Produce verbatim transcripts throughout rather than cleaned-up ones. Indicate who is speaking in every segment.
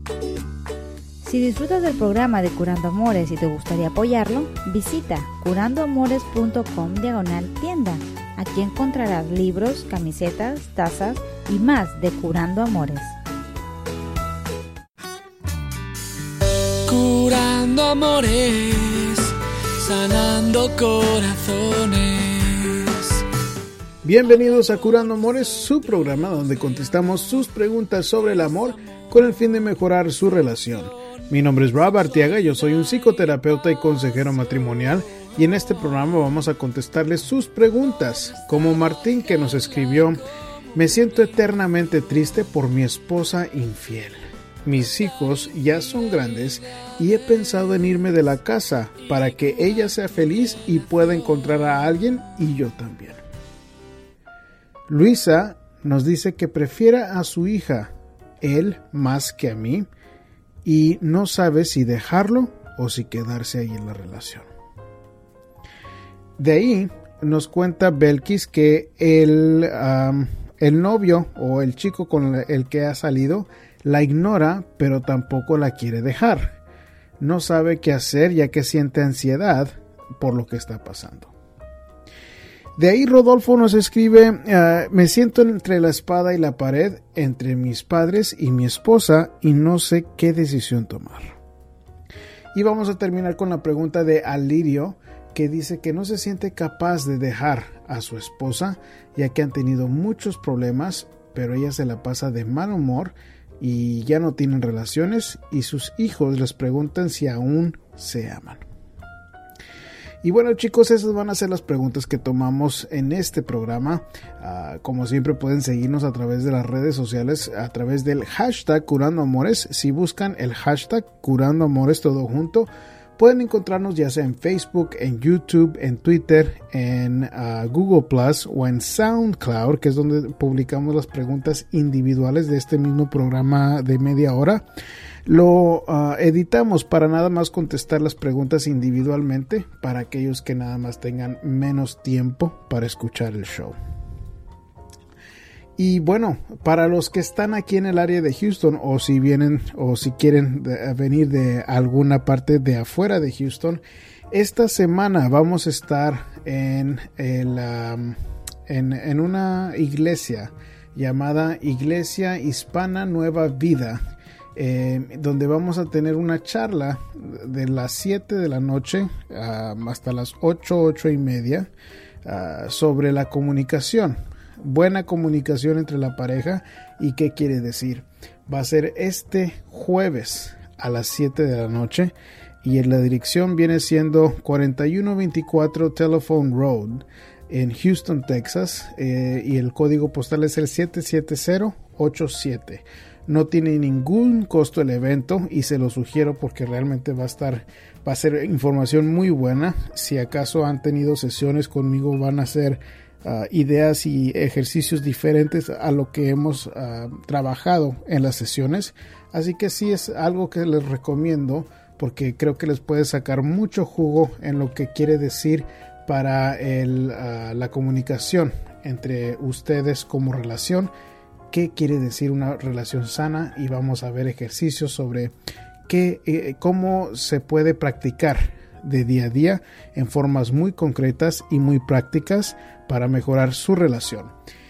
Speaker 1: Si disfrutas del programa de Curando Amores y te gustaría apoyarlo, visita curandoamores.com diagonal tienda. Aquí encontrarás libros, camisetas, tazas y más de Curando Amores.
Speaker 2: Curando amores, sanando corazones.
Speaker 3: Bienvenidos a Curando Amores, su programa donde contestamos sus preguntas sobre el amor con el fin de mejorar su relación. Mi nombre es Rob Arteaga, yo soy un psicoterapeuta y consejero matrimonial y en este programa vamos a contestarles sus preguntas, como Martín, que nos escribió: me siento eternamente triste por mi esposa infiel. Mis hijos ya son grandes y he pensado en irme de la casa para que ella sea feliz y pueda encontrar a alguien y yo también. Luisa nos dice que prefiere a su hija, él más que a mí, y no sabe si dejarlo o si quedarse ahí en la relación. De ahí nos cuenta Belkis que el, um, el novio o el chico con el que ha salido la ignora, pero tampoco la quiere dejar. No sabe qué hacer ya que siente ansiedad por lo que está pasando. De ahí Rodolfo nos escribe: uh, me siento entre la espada y la pared, entre mis padres y mi esposa, y no sé qué decisión tomar. Y vamos a terminar con la pregunta de Alirio, que dice que no se siente capaz de dejar a su esposa, ya que han tenido muchos problemas, pero ella se la pasa de mal humor y ya no tienen relaciones, y sus hijos les preguntan si aún se aman. Y bueno, chicos, esas van a ser las preguntas que tomamos en este programa. Uh, como siempre, pueden seguirnos a través de las redes sociales, a través del hashtag Curando Amores. Si buscan el hashtag Curando Amores todo junto, pueden encontrarnos ya sea en Facebook, en YouTube, en Twitter, en uh, Google Plus o en SoundCloud, que es donde publicamos las preguntas individuales de este mismo programa de media hora. Lo uh, editamos para nada más contestar las preguntas individualmente para aquellos que nada más tengan menos tiempo para escuchar el show. Y bueno, para los que están aquí en el área de Houston, o si vienen o si quieren de, venir de alguna parte de afuera de Houston, esta semana vamos a estar en, el, um, en, en una iglesia llamada Iglesia Hispana Nueva Vida. Eh, donde vamos a tener una charla de las siete de la noche uh, hasta las ocho, ocho y media uh, sobre la comunicación, buena comunicación entre la pareja. ¿Y qué quiere decir? Va a ser este jueves a las siete de la noche y en la dirección viene siendo cuarenta y uno veinticuatro Telephone Road en Houston, Texas, eh, y el código postal es el siete siete cero ocho siete. No tiene ningún costo el evento y se lo sugiero porque realmente va a estar, va a ser información muy buena. Si acaso han tenido sesiones conmigo, van a ser uh, ideas y ejercicios diferentes a lo que hemos uh, trabajado en las sesiones. Así que sí es algo que les recomiendo porque creo que les puede sacar mucho jugo en lo que quiere decir para el, uh, la comunicación entre ustedes como relación. ¿Qué quiere decir una relación sana? Y vamos a ver ejercicios sobre qué, eh, cómo se puede practicar de día a día en formas muy concretas y muy prácticas para mejorar su relación.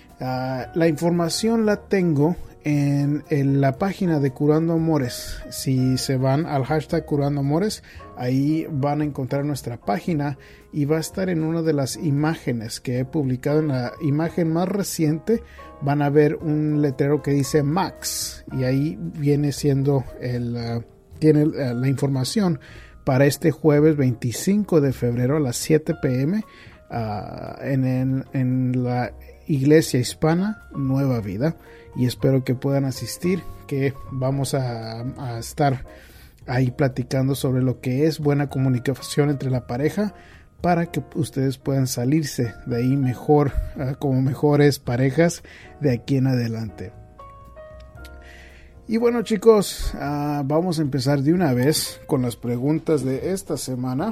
Speaker 3: Uh, la información la tengo en, en la página de Curando Amores. Si se van al hashtag Curando Amores, ahí van a encontrar nuestra página y va a estar en una de las imágenes que he publicado. En la imagen más reciente van a ver un letrero que dice Max y ahí viene siendo el, uh, tiene uh, la información para este jueves veinticinco de febrero a las siete pe eme uh, en, en, en la Iglesia Hispana Nueva Vida, y espero que puedan asistir, que vamos a, a estar ahí platicando sobre lo que es buena comunicación entre la pareja para que ustedes puedan salirse de ahí mejor, uh, como mejores parejas de aquí en adelante. Y bueno, chicos, uh, vamos a empezar de una vez con las preguntas de esta semana.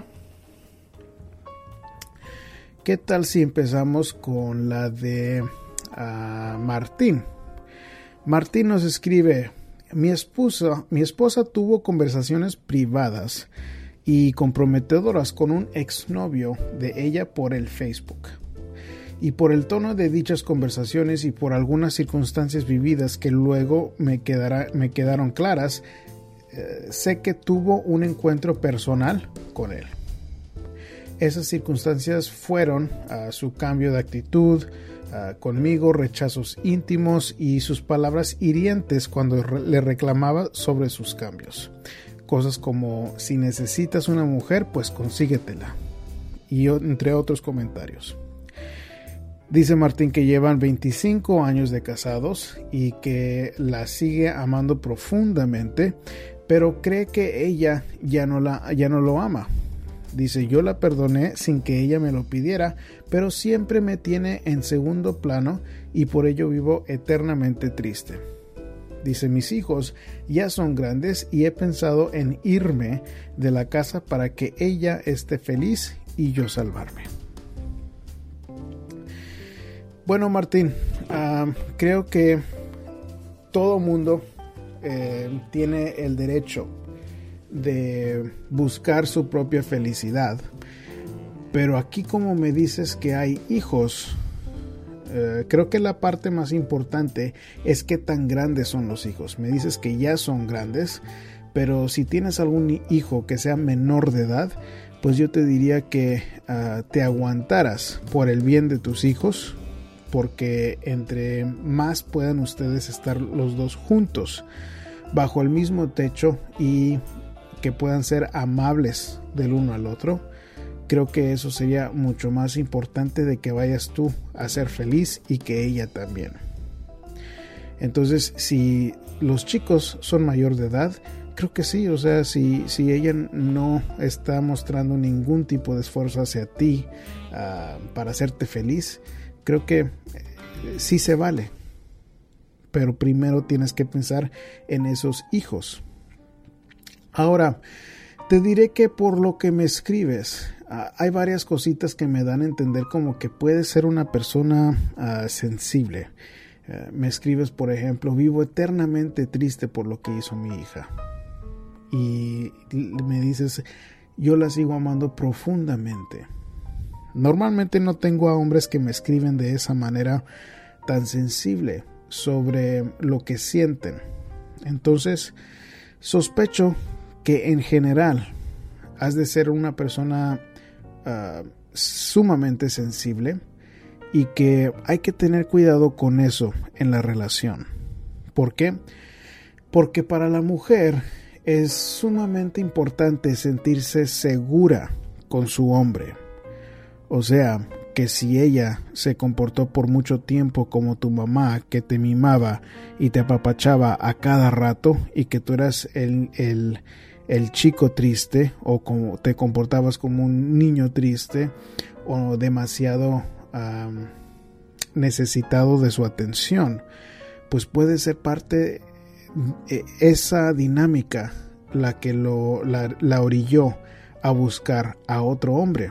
Speaker 3: ¿Qué tal si empezamos con la de uh, Martín? Martín nos escribe mi esposa, mi esposa tuvo conversaciones privadas y comprometedoras con un exnovio de ella por el Facebook. Y por el tono de dichas conversaciones y por algunas circunstancias vividas que luego me, quedará, me quedaron claras, eh, sé que tuvo un encuentro personal con él. Esas circunstancias fueron uh, su cambio de actitud uh, conmigo, rechazos íntimos y sus palabras hirientes cuando re- le reclamaba sobre sus cambios. Cosas como, si necesitas una mujer, pues consíguetela. Y entre otros comentarios. Dice Martín que llevan veinticinco años de casados y que la sigue amando profundamente, pero cree que ella ya no, la, ya no lo ama. Dice, yo la perdoné sin que ella me lo pidiera, pero siempre me tiene en segundo plano y por ello vivo eternamente triste. Dice, mis hijos ya son grandes y he pensado en irme de la casa para que ella esté feliz y yo salvarme. Bueno, Martín, uh, creo que todo mundo eh, tiene el derecho de buscar su propia felicidad, pero aquí como me dices que hay hijos, eh, creo que la parte más importante es qué tan grandes son los hijos. Me dices que ya son grandes, pero si tienes algún hijo que sea menor de edad, pues yo te diría que uh, te aguantaras por el bien de tus hijos, porque entre más puedan ustedes estar los dos juntos bajo el mismo techo y que puedan ser amables del uno al otro, creo que eso sería mucho más importante de que vayas tú a ser feliz y que ella también. Entonces, si los chicos son mayor de edad, creo que sí, o sea, si, si ella no está mostrando ningún tipo de esfuerzo hacia ti uh, para hacerte feliz, creo que eh, sí se vale, pero primero tienes que pensar en esos hijos. Ahora, te diré que por lo que me escribes, uh, hay varias cositas que me dan a entender como que puedes ser una persona uh, sensible. Uh, me escribes, por ejemplo, vivo eternamente triste por lo que hizo mi hija. Y me dices, yo la sigo amando profundamente. Normalmente no tengo a hombres que me escriben de esa manera tan sensible sobre lo que sienten. Entonces, sospecho que en general has de ser una persona uh, sumamente sensible y que hay que tener cuidado con eso en la relación. ¿Por qué? Porque para la mujer es sumamente importante sentirse segura con su hombre. O sea, que si ella se comportó por mucho tiempo como tu mamá, que te mimaba y te apapachaba a cada rato y que tú eras el, el, el chico triste o como te comportabas como un niño triste o demasiado um, necesitado de su atención, pues puede ser parte de esa dinámica la que lo, la, la orilló a buscar a otro hombre.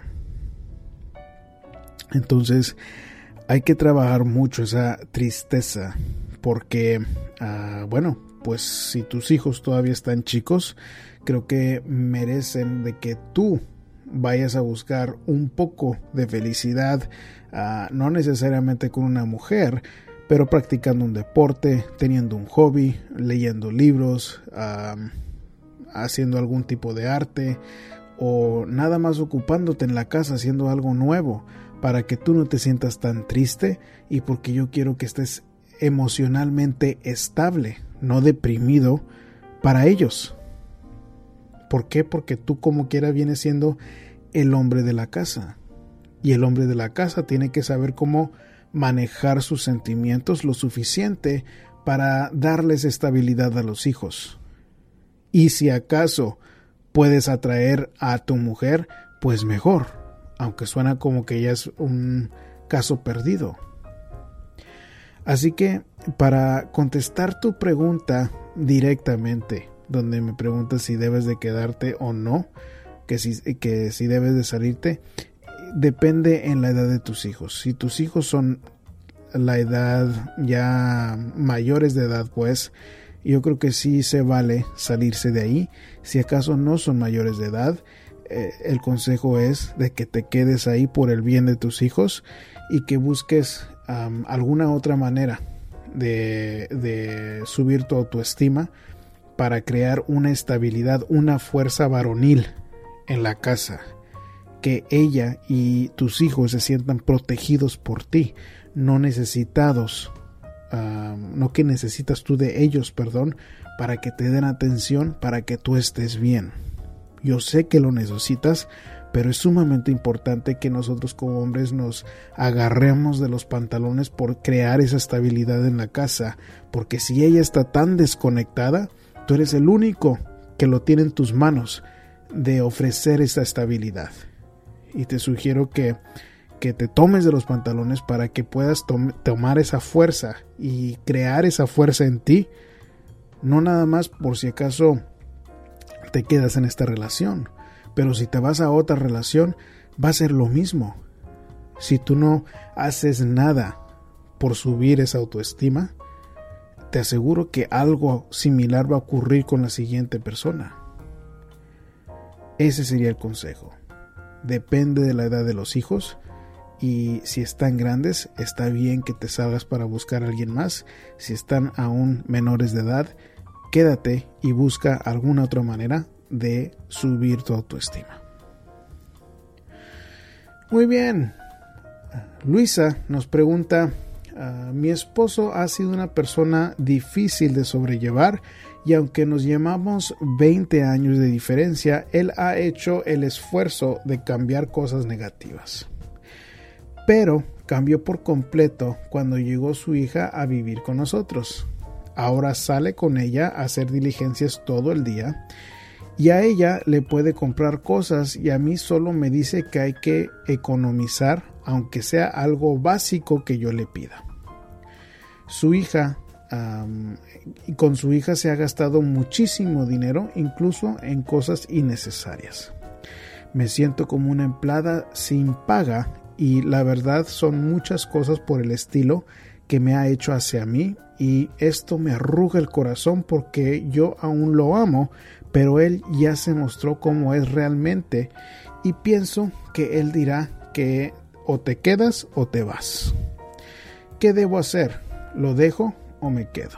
Speaker 3: Entonces hay que trabajar mucho esa tristeza porque, uh, bueno, pues si tus hijos todavía están chicos, creo que merecen de que tú vayas a buscar un poco de felicidad, uh, no necesariamente con una mujer, pero practicando un deporte, teniendo un hobby, leyendo libros, uh, haciendo algún tipo de arte o nada más ocupándote en la casa haciendo algo nuevo, para que tú no te sientas tan triste y porque yo quiero que estés emocionalmente estable, no deprimido para ellos. ¿Por qué? Porque tú como quiera vienes siendo el hombre de la casa y el hombre de la casa tiene que saber cómo manejar sus sentimientos lo suficiente para darles estabilidad a los hijos. Y si acaso puedes atraer a tu mujer, pues mejor. Aunque suena como que ya es un caso perdido. Así que para contestar tu pregunta directamente, donde me preguntas si debes de quedarte o no, que si, que si debes de salirte, depende en la edad de tus hijos. Si tus hijos son la edad ya mayores de edad, pues Yo creo que sí se vale salirse de ahí. Si acaso no son mayores de edad, eh, el consejo es de que te quedes ahí por el bien de tus hijos y que busques um, alguna otra manera de, de subir tu autoestima para crear una estabilidad, una fuerza varonil en la casa. Que ella y tus hijos se sientan protegidos por ti, no necesitados, uh, no que necesitas tú de ellos, perdón, para que te den atención, para que tú estés bien. Yo sé que lo necesitas, pero es sumamente importante que nosotros como hombres nos agarremos de los pantalones por crear esa estabilidad en la casa, porque si ella está tan desconectada, tú eres el único que lo tiene en tus manos de ofrecer esa estabilidad. Y te sugiero que, que te tomes de los pantalones para que puedas tom- tomar esa fuerza y crear esa fuerza en ti, no nada más por si acaso te quedas en esta relación, pero si te vas a otra relación va a ser lo mismo. Si tú no haces nada por subir esa autoestima, te aseguro que algo similar va a ocurrir con la siguiente persona. Ese sería el consejo. Depende de la edad de los hijos, y si están grandes está bien que te salgas para buscar a alguien más. Si están aún menores de edad, quédate y busca alguna otra manera de subir tu autoestima. Muy bien, Luisa nos pregunta: uh, mi esposo ha sido una persona difícil de sobrellevar, y aunque nos llevamos veinte años de diferencia, él ha hecho el esfuerzo de cambiar cosas negativas. Pero cambió por completo cuando llegó su hija a vivir con nosotros. Ahora sale con ella a hacer diligencias todo el día, y a ella le puede comprar cosas, y a mí solo me dice que hay que economizar, aunque sea algo básico que yo le pida. Su hija Um, y con su hija se ha gastado muchísimo dinero, incluso en cosas innecesarias. Me siento como una empleada sin paga, y la verdad son muchas cosas por el estilo que me ha hecho hacia mí, y esto me arruga el corazón porque yo aún lo amo, pero él ya se mostró cómo es realmente, y pienso que él dirá que o te quedas o te vas. ¿Qué debo hacer? ¿Lo dejo o me quedo?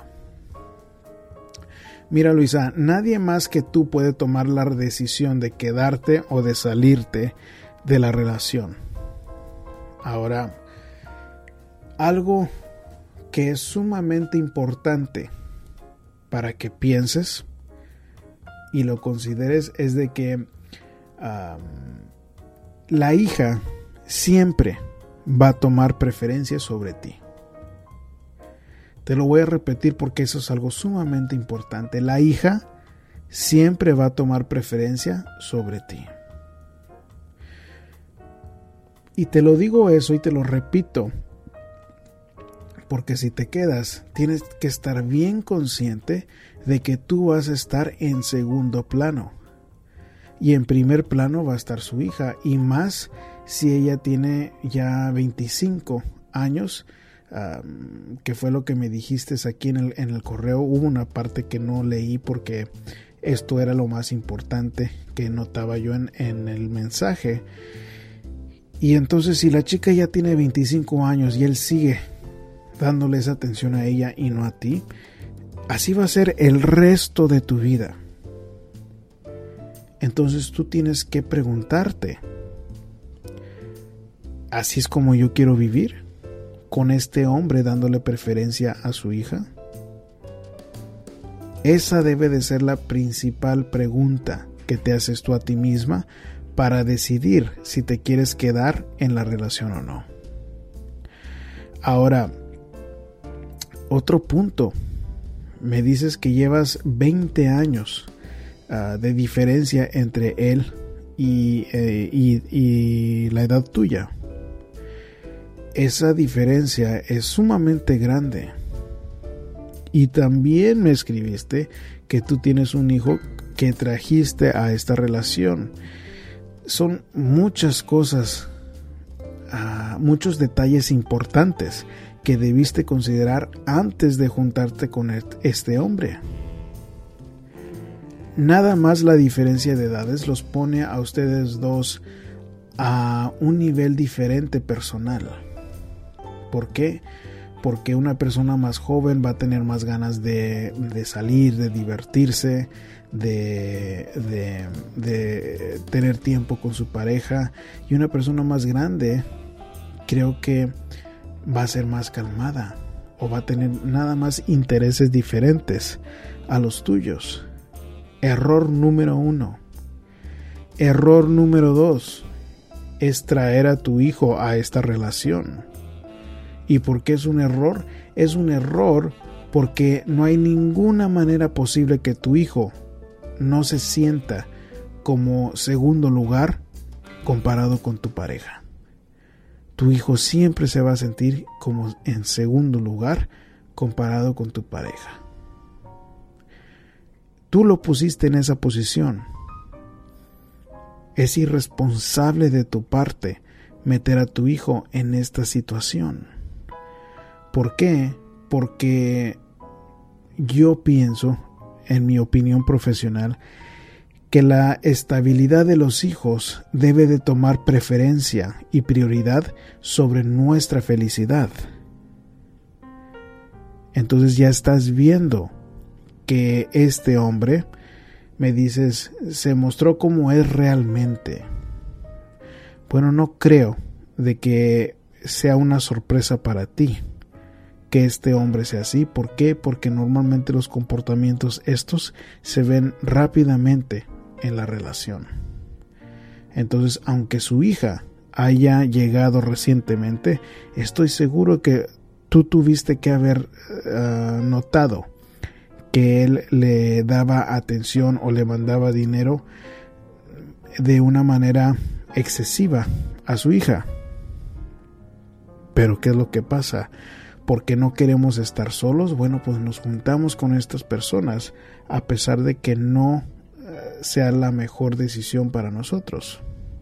Speaker 3: Mira, Luisa, nadie más que tú puede tomar la decisión de quedarte o de salirte de la relación. Ahora, algo que es sumamente importante para que pienses y lo consideres es de que um, la hija siempre va a tomar preferencia sobre ti. Te lo voy a repetir porque eso es algo sumamente importante. La hija siempre va a tomar preferencia sobre ti. Y te lo digo eso y te lo repito, porque si te quedas, tienes que estar bien consciente de que tú vas a estar en segundo plano. Y en primer plano va a estar su hija, y más si ella tiene ya veinticinco años. Um, que fue lo que me dijiste aquí en el, en el correo. Hubo una parte que no leí porque esto era lo más importante que notaba yo en, en el mensaje. Y entonces, si la chica ya tiene veinticinco años y él sigue dándole esa atención a ella y no a ti, así va a ser el resto de tu vida. Entonces tú tienes que preguntarte: ¿así es como yo quiero vivir? ¿Con este hombre dándole preferencia a su hija? Esa debe de ser la principal pregunta que te haces tú a ti misma para decidir si te quieres quedar en la relación o no. Ahora, otro punto. Me dices que llevas veinte años uh, de diferencia entre él y, eh, y, y la edad tuya. Esa diferencia es sumamente grande. Y también me escribiste que tú tienes un hijo que trajiste a esta relación. Son muchas cosas, uh, muchos detalles importantes que debiste considerar antes de juntarte con este hombre. Nada más la diferencia de edades los pone a ustedes dos a un nivel diferente personal. ¿Por qué? Porque una persona más joven va a tener más ganas de, de salir, de divertirse, de, de, de tener tiempo con su pareja, y una persona más grande creo que va a ser más calmada o va a tener nada más intereses diferentes a los tuyos. Error número uno. Error número dos es traer a tu hijo a esta relación. ¿Y por qué es un error? Es un error porque no hay ninguna manera posible que tu hijo no se sienta como segundo lugar comparado con tu pareja. Tu hijo siempre se va a sentir como en segundo lugar comparado con tu pareja. Tú lo pusiste en esa posición. Es irresponsable de tu parte meter a tu hijo en esta situación. ¿Por qué? Porque yo pienso, en mi opinión profesional, que la estabilidad de los hijos debe de tomar preferencia y prioridad sobre nuestra felicidad. Entonces ya estás viendo que este hombre, me dices, se mostró como es realmente. Bueno, no creo de que sea una sorpresa para ti que este hombre sea así. ¿Por qué? Porque normalmente los comportamientos estos se ven rápidamente en la relación. Entonces, aunque su hija haya llegado recientemente, estoy seguro que tú tuviste que haber uh, notado que él le daba atención o le mandaba dinero de una manera excesiva a su hija. Pero ¿qué es lo que pasa? Porque no queremos estar solos. Bueno, pues nos juntamos con estas personas a pesar de que no uh, sea la mejor decisión para nosotros.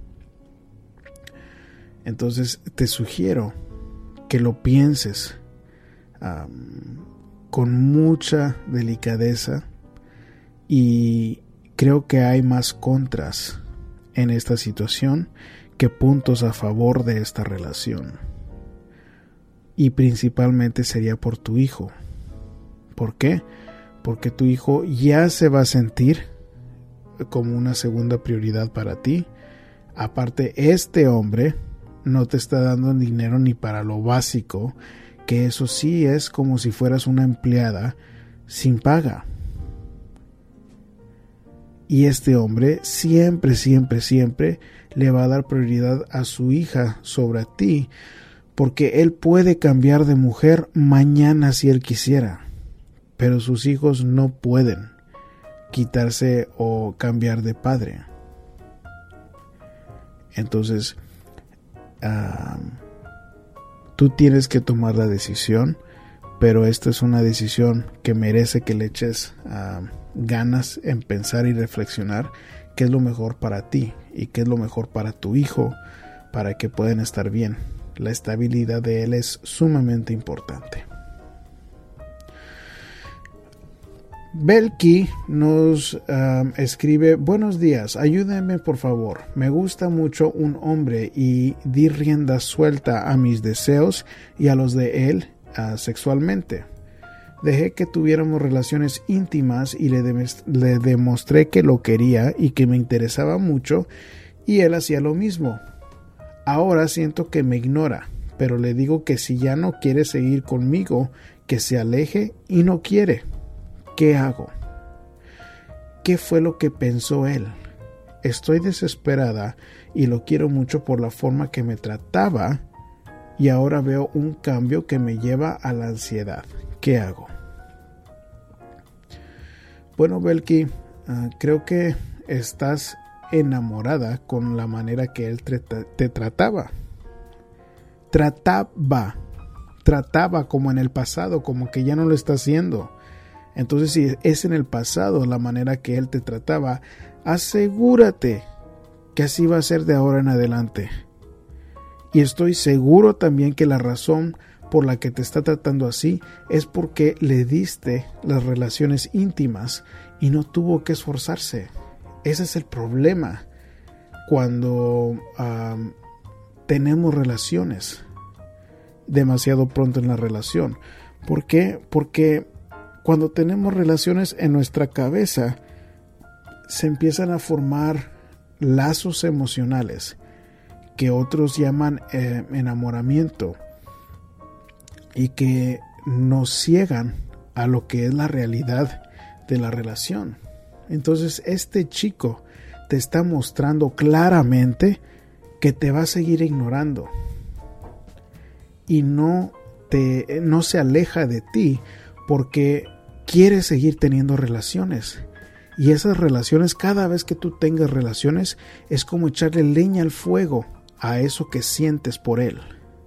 Speaker 3: Entonces te sugiero que lo pienses um, con mucha delicadeza, y creo que hay más contras en esta situación que puntos a favor de esta relación. Y principalmente sería por tu hijo. ¿Por qué? Porque tu hijo ya se va a sentir como una segunda prioridad para ti. Aparte, este hombre no te está dando dinero ni para lo básico, que eso sí es como si fueras una empleada sin paga. Y este hombre siempre, siempre, siempre le va a dar prioridad a su hija sobre a ti, porque él puede cambiar de mujer mañana si él quisiera, pero sus hijos no pueden quitarse o cambiar de padre. Entonces, uh, tú tienes que tomar la decisión, pero esta es una decisión que merece que le eches uh, ganas en pensar y reflexionar qué es lo mejor para ti y qué es lo mejor para tu hijo, para que puedan estar bien. La estabilidad de él es sumamente importante. Belki nos um, escribe: buenos días, ayúdenme por favor, me gusta mucho un hombre y di rienda suelta a mis deseos y a los de él uh, sexualmente. Dejé que tuviéramos relaciones íntimas y le, de- le demostré que lo quería y que me interesaba mucho, y él hacía lo mismo. Ahora siento que me ignora, pero le digo que si ya no quiere seguir conmigo, que se aleje, y no quiere. ¿Qué hago? ¿Qué fue lo que pensó él? Estoy desesperada y lo quiero mucho por la forma que me trataba, y ahora veo un cambio que me lleva a la ansiedad. ¿Qué hago? Bueno, Belki, uh, creo que estás enamorada con la manera que él te, te trataba. Trataba. Trataba como en el pasado, como que ya no lo está haciendo. Entonces, si es en el pasado la manera que él te trataba, asegúrate que así va a ser de ahora en adelante. Y estoy seguro también que la razón por la que te está tratando así es porque le diste las relaciones íntimas y no tuvo que esforzarse. Ese es el problema cuando um, tenemos relaciones demasiado pronto en la relación. ¿Por qué? Porque cuando tenemos relaciones en nuestra cabeza se empiezan a formar lazos emocionales que otros llaman eh, enamoramiento y que nos ciegan a lo que es la realidad de la relación. Entonces este chico te está mostrando claramente que te va a seguir ignorando y no te no se aleja de ti porque quiere seguir teniendo relaciones. Y esas relaciones, cada vez que tú tengas relaciones, es como echarle leña al fuego a eso que sientes por él.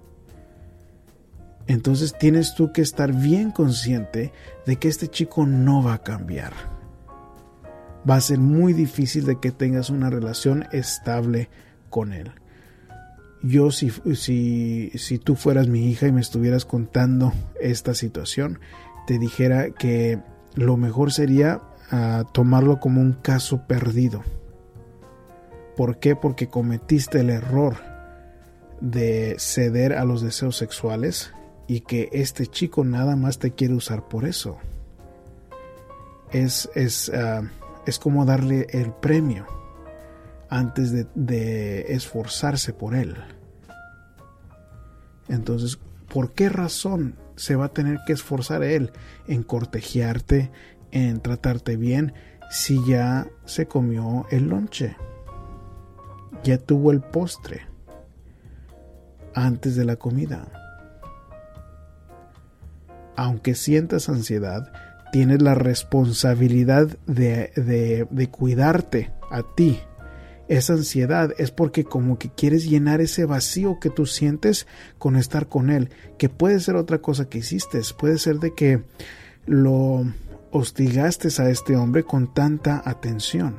Speaker 3: Entonces tienes tú que estar bien consciente de que este chico no va a cambiar. Va a ser muy difícil de que tengas una relación estable con él. Yo, si, si, si tú fueras mi hija y me estuvieras contando esta situación, te dijera que lo mejor sería a tomarlo como un caso perdido. ¿Por qué? Porque cometiste el error de ceder a los deseos sexuales y que este chico nada más te quiere usar por eso. Es, es, uh, es como darle el premio antes de, de esforzarse por él. Entonces, ¿por qué razón se va a tener que esforzar él en cortejearte, en tratarte bien, si ya se comió el lonche, ya tuvo el postre antes de la comida? Aunque sientas ansiedad, tienes la responsabilidad de, de, de cuidarte a ti. Esa ansiedad es porque como que quieres llenar ese vacío que tú sientes con estar con él, que puede ser otra cosa que hiciste, puede ser de que lo hostigaste a este hombre con tanta atención.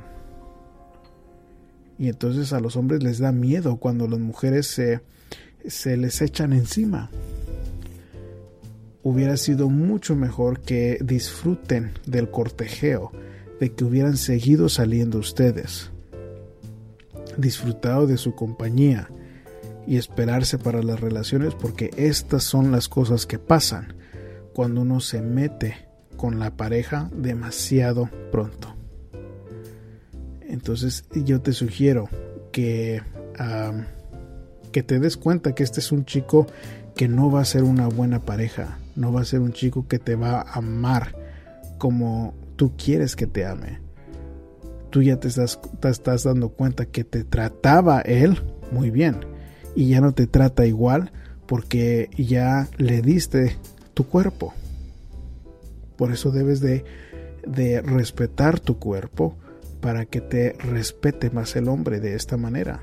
Speaker 3: Y entonces a los hombres les da miedo cuando las mujeres se, se les echan encima. Hubiera sido mucho mejor que disfruten del cortejeo, de que hubieran seguido saliendo ustedes, disfrutado de su compañía y esperarse para las relaciones, porque estas son las cosas que pasan cuando uno se mete con la pareja demasiado pronto. Entonces yo te sugiero que, um, que te des cuenta que este es un chico que no va a ser una buena pareja, no va a ser un chico que te va a amar como tú quieres que te ame. Tú ya te estás, te estás dando cuenta que te trataba él muy bien y ya no te trata igual porque ya le diste tu cuerpo. Por eso debes de, de respetar tu cuerpo para que te respete más el hombre de esta manera.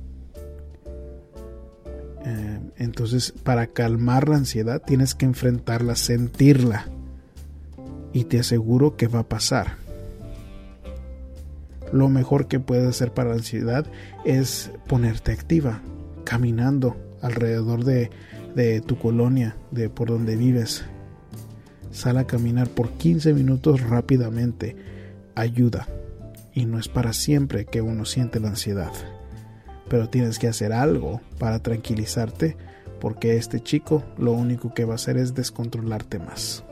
Speaker 3: Eh, entonces, para calmar la ansiedad tienes que enfrentarla, sentirla, y te aseguro que va a pasar. Lo mejor que puedes hacer para la ansiedad es ponerte activa, caminando alrededor de, de tu colonia, de por donde vives. Sal a caminar por quince minutos rápidamente. Ayuda. Y no es para siempre que uno siente la ansiedad. Pero tienes que hacer algo para tranquilizarte, porque este chico lo único que va a hacer es descontrolarte más.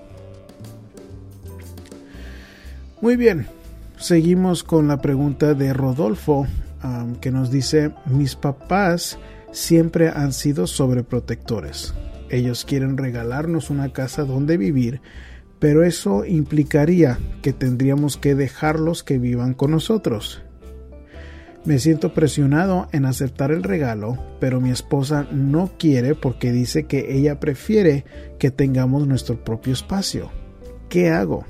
Speaker 3: Muy bien. Seguimos con la pregunta de Rodolfo, um, que nos dice: mis papás siempre han sido sobreprotectores. Ellos quieren regalarnos una casa donde vivir, pero eso implicaría que tendríamos que dejarlos que vivan con nosotros. Me siento presionado en aceptar el regalo, pero mi esposa no quiere porque dice que ella prefiere que tengamos nuestro propio espacio. ¿Qué hago?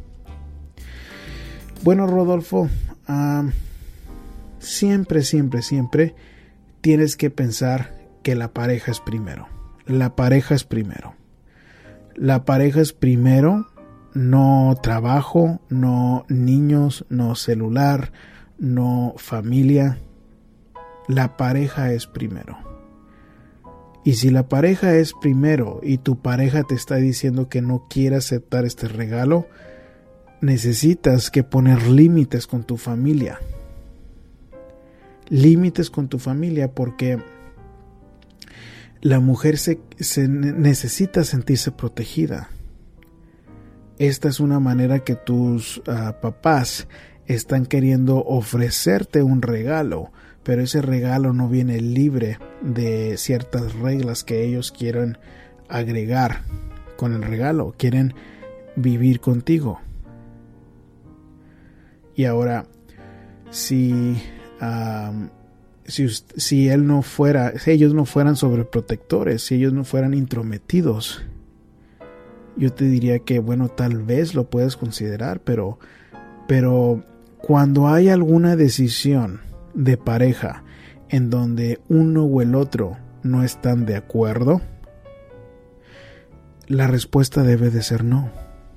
Speaker 3: Bueno, Rodolfo, uh, siempre, siempre, siempre tienes que pensar que la pareja es primero. La pareja es primero. La pareja es primero, no trabajo, no niños, no celular, no familia. La pareja es primero. Y si la pareja es primero y tu pareja te está diciendo que no quiere aceptar este regalo, necesitas que poner límites con tu familia. Límites con tu familia porque la mujer se, se necesita sentirse protegida. Esta es una manera que tus uh, papás están queriendo ofrecerte un regalo, pero ese regalo no viene libre de ciertas reglas que ellos quieren agregar con el regalo. Quieren vivir contigo. Y ahora, si, um, si, si él no fuera, si ellos no fueran sobreprotectores, si ellos no fueran intrometidos, yo te diría que, bueno, tal vez lo puedes considerar, pero, pero cuando hay alguna decisión de pareja en donde uno o el otro no están de acuerdo, la respuesta debe de ser no.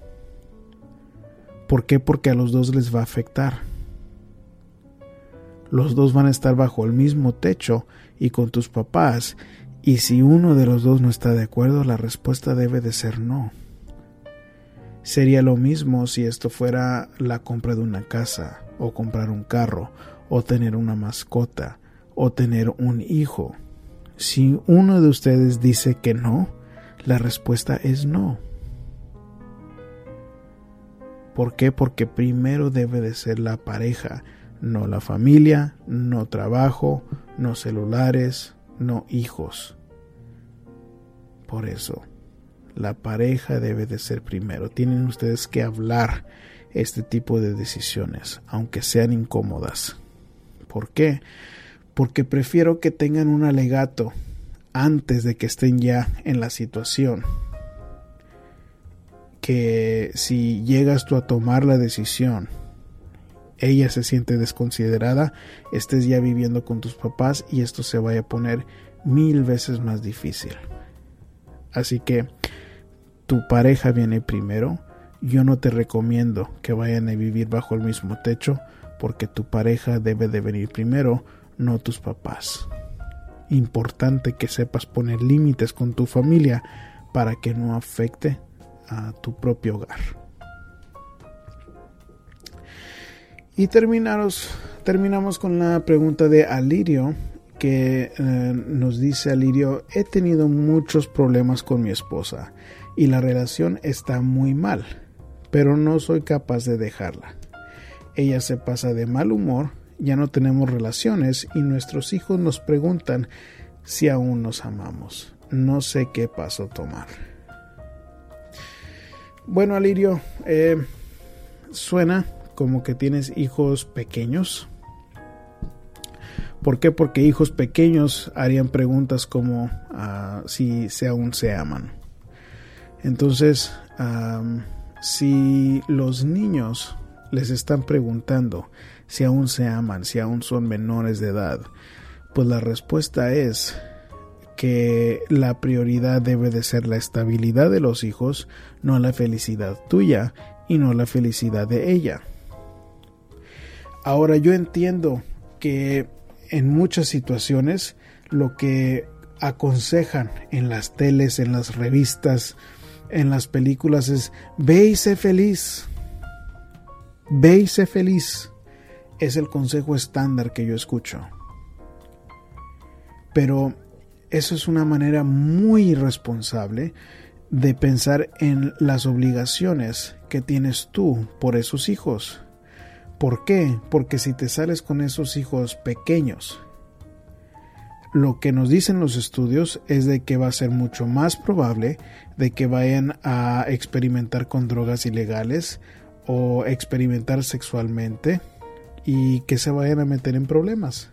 Speaker 3: ¿Por qué? Porque a los dos les va a afectar. Los dos van a estar bajo el mismo techo y con tus papás, y si uno de los dos no está de acuerdo, la respuesta debe de ser no. Sería lo mismo si esto fuera la compra de una casa, o comprar un carro, o tener una mascota, o tener un hijo. Si uno de ustedes dice que no, la respuesta es no. ¿Por qué? Porque primero debe de ser la pareja, no la familia, no trabajo, no celulares, no hijos. Por eso, la pareja debe de ser primero. Tienen ustedes que hablar este tipo de decisiones, aunque sean incómodas. ¿Por qué? Porque prefiero que tengan un alegato antes de que estén ya en la situación, que si llegas tú a tomar la decisión, ella se siente desconsiderada, estés ya viviendo con tus papás y esto se vaya a poner mil veces más difícil. Así que tu pareja viene primero. Yo no te recomiendo que vayan a vivir bajo el mismo techo, porque tu pareja debe de venir primero, no tus papás. Importante que sepas poner límites con tu familia para que no afecte a tu propio hogar. Y terminamos, terminamos con la pregunta de Alirio, que eh, nos dice Alirio: he tenido muchos problemas con mi esposa y la relación está muy mal, pero no soy capaz de dejarla. Ella se pasa de mal humor, ya no tenemos relaciones y nuestros hijos nos preguntan si aún nos amamos. No sé qué paso tomar. Bueno, Alirio, eh, suena como que tienes hijos pequeños. ¿Por qué? Porque hijos pequeños harían preguntas como uh, si, si aún se aman. Entonces, um, si los niños les están preguntando si aún se aman, si aún son menores de edad, pues la respuesta es que la prioridad debe de ser la estabilidad de los hijos, no la felicidad tuya y no la felicidad de ella. Ahora, yo entiendo que en muchas situaciones lo que aconsejan en las teles, en las revistas, en las películas es: ve y sé feliz. Ve y sé feliz. Es el consejo estándar que yo escucho. Pero eso es una manera muy irresponsable de pensar en las obligaciones que tienes tú por esos hijos. ¿Por qué? Porque si te sales con esos hijos pequeños, lo que nos dicen los estudios es de que va a ser mucho más probable de que vayan a experimentar con drogas ilegales o experimentar sexualmente y que se vayan a meter en problemas.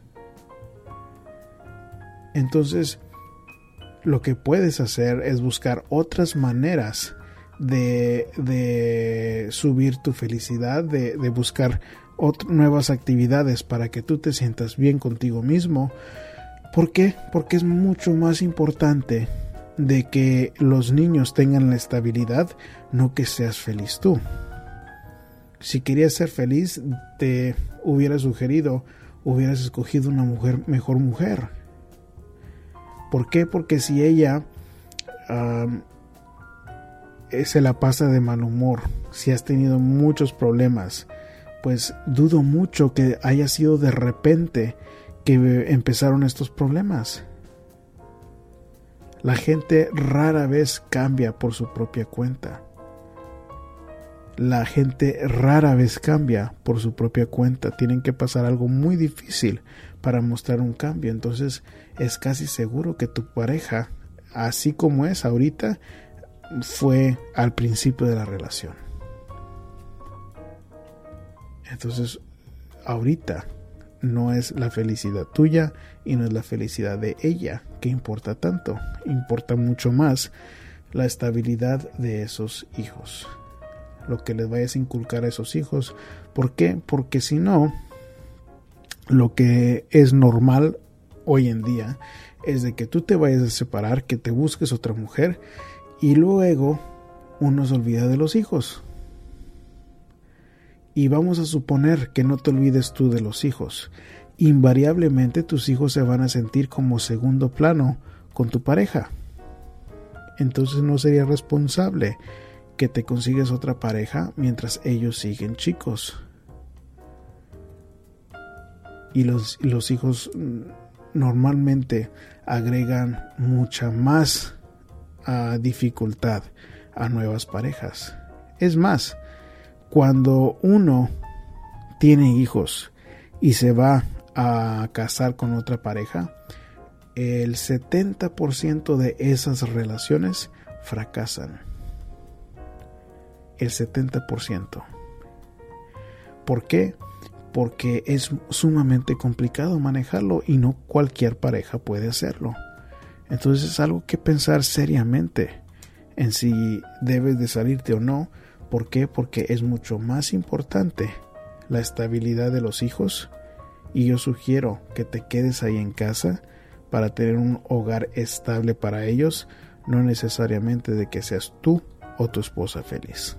Speaker 3: Entonces, lo que puedes hacer es buscar otras maneras de, de subir tu felicidad, de, de buscar ot- nuevas actividades para que tú te sientas bien contigo mismo. ¿Por qué? Porque es mucho más importante de que los niños tengan la estabilidad, no que seas feliz tú. Si querías ser feliz, te hubiera sugerido, hubieras escogido una mujer, mejor mujer. ¿Por qué? Porque si ella um, se la pasa de mal humor, si has tenido muchos problemas, pues dudo mucho que haya sido de repente que empezaron estos problemas. La gente rara vez cambia por su propia cuenta. La gente rara vez cambia por su propia cuenta. Tienen que pasar algo muy difícil para mostrar un cambio. Entonces es casi seguro que tu pareja, así como es ahorita, fue al principio de la relación. Entonces ahorita no es la felicidad tuya y no es la felicidad de ella que importa tanto. Importa mucho más la estabilidad de esos hijos, lo que les vayas a inculcar a esos hijos. ¿Por qué? Porque si no, lo que es normal hoy en día es de que tú te vayas a separar, que te busques otra mujer y luego uno se olvida de los hijos. Y vamos a suponer que no te olvides tú de los hijos. Invariablemente tus hijos se van a sentir como segundo plano con tu pareja. Entonces no sería responsable que te consigues otra pareja mientras ellos siguen chicos. Y los, los hijos normalmente agregan mucha más uh, dificultad a nuevas parejas. Es más, cuando uno tiene hijos y se va a casar con otra pareja, el setenta por ciento de esas relaciones fracasan. El setenta por ciento. ¿Por qué? Porque es sumamente complicado manejarlo y no cualquier pareja puede hacerlo. Entonces es algo que pensar seriamente en si debes de salirte o no. ¿Por qué? Porque es mucho más importante la estabilidad de los hijos y yo sugiero que te quedes ahí en casa para tener un hogar estable para ellos, no necesariamente de que seas tú o tu esposa feliz.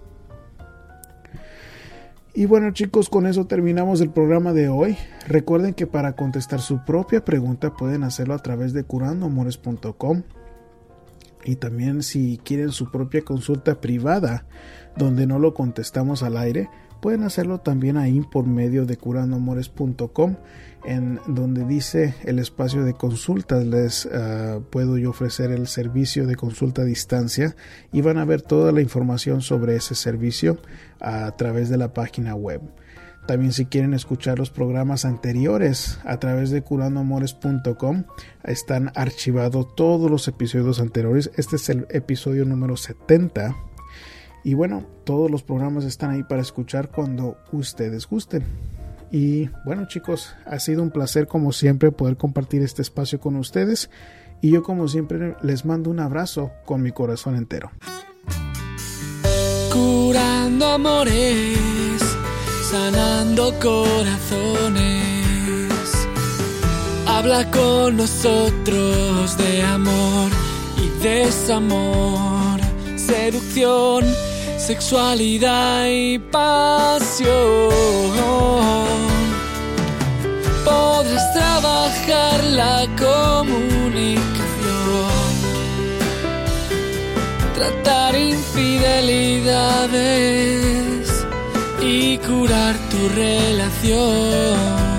Speaker 3: Y bueno, chicos, con eso terminamos el programa de hoy. Recuerden que para contestar su propia pregunta pueden hacerlo a través de curando amores punto com. Y también si quieren su propia consulta privada donde no lo contestamos al aire, pueden hacerlo también ahí por medio de curando amores punto com, en donde dice el espacio de consultas. Les uh, puedo yo ofrecer el servicio de consulta a distancia y van a ver toda la información sobre ese servicio a través de la página web. También si quieren escuchar los programas anteriores a través de curando amores punto com, están archivados todos los episodios anteriores. Este es el episodio número setenta. Y bueno, todos los programas están ahí para escuchar cuando ustedes gusten. Y bueno, chicos, ha sido un placer como siempre poder compartir este espacio con ustedes. Y yo como siempre les mando un abrazo con mi corazón entero.
Speaker 2: Curando amores, sanando corazones. Habla con nosotros de amor y desamor, seducción, sexualidad y pasión. Podrás trabajar la comunicación, tratar infidelidades y curar tu relación.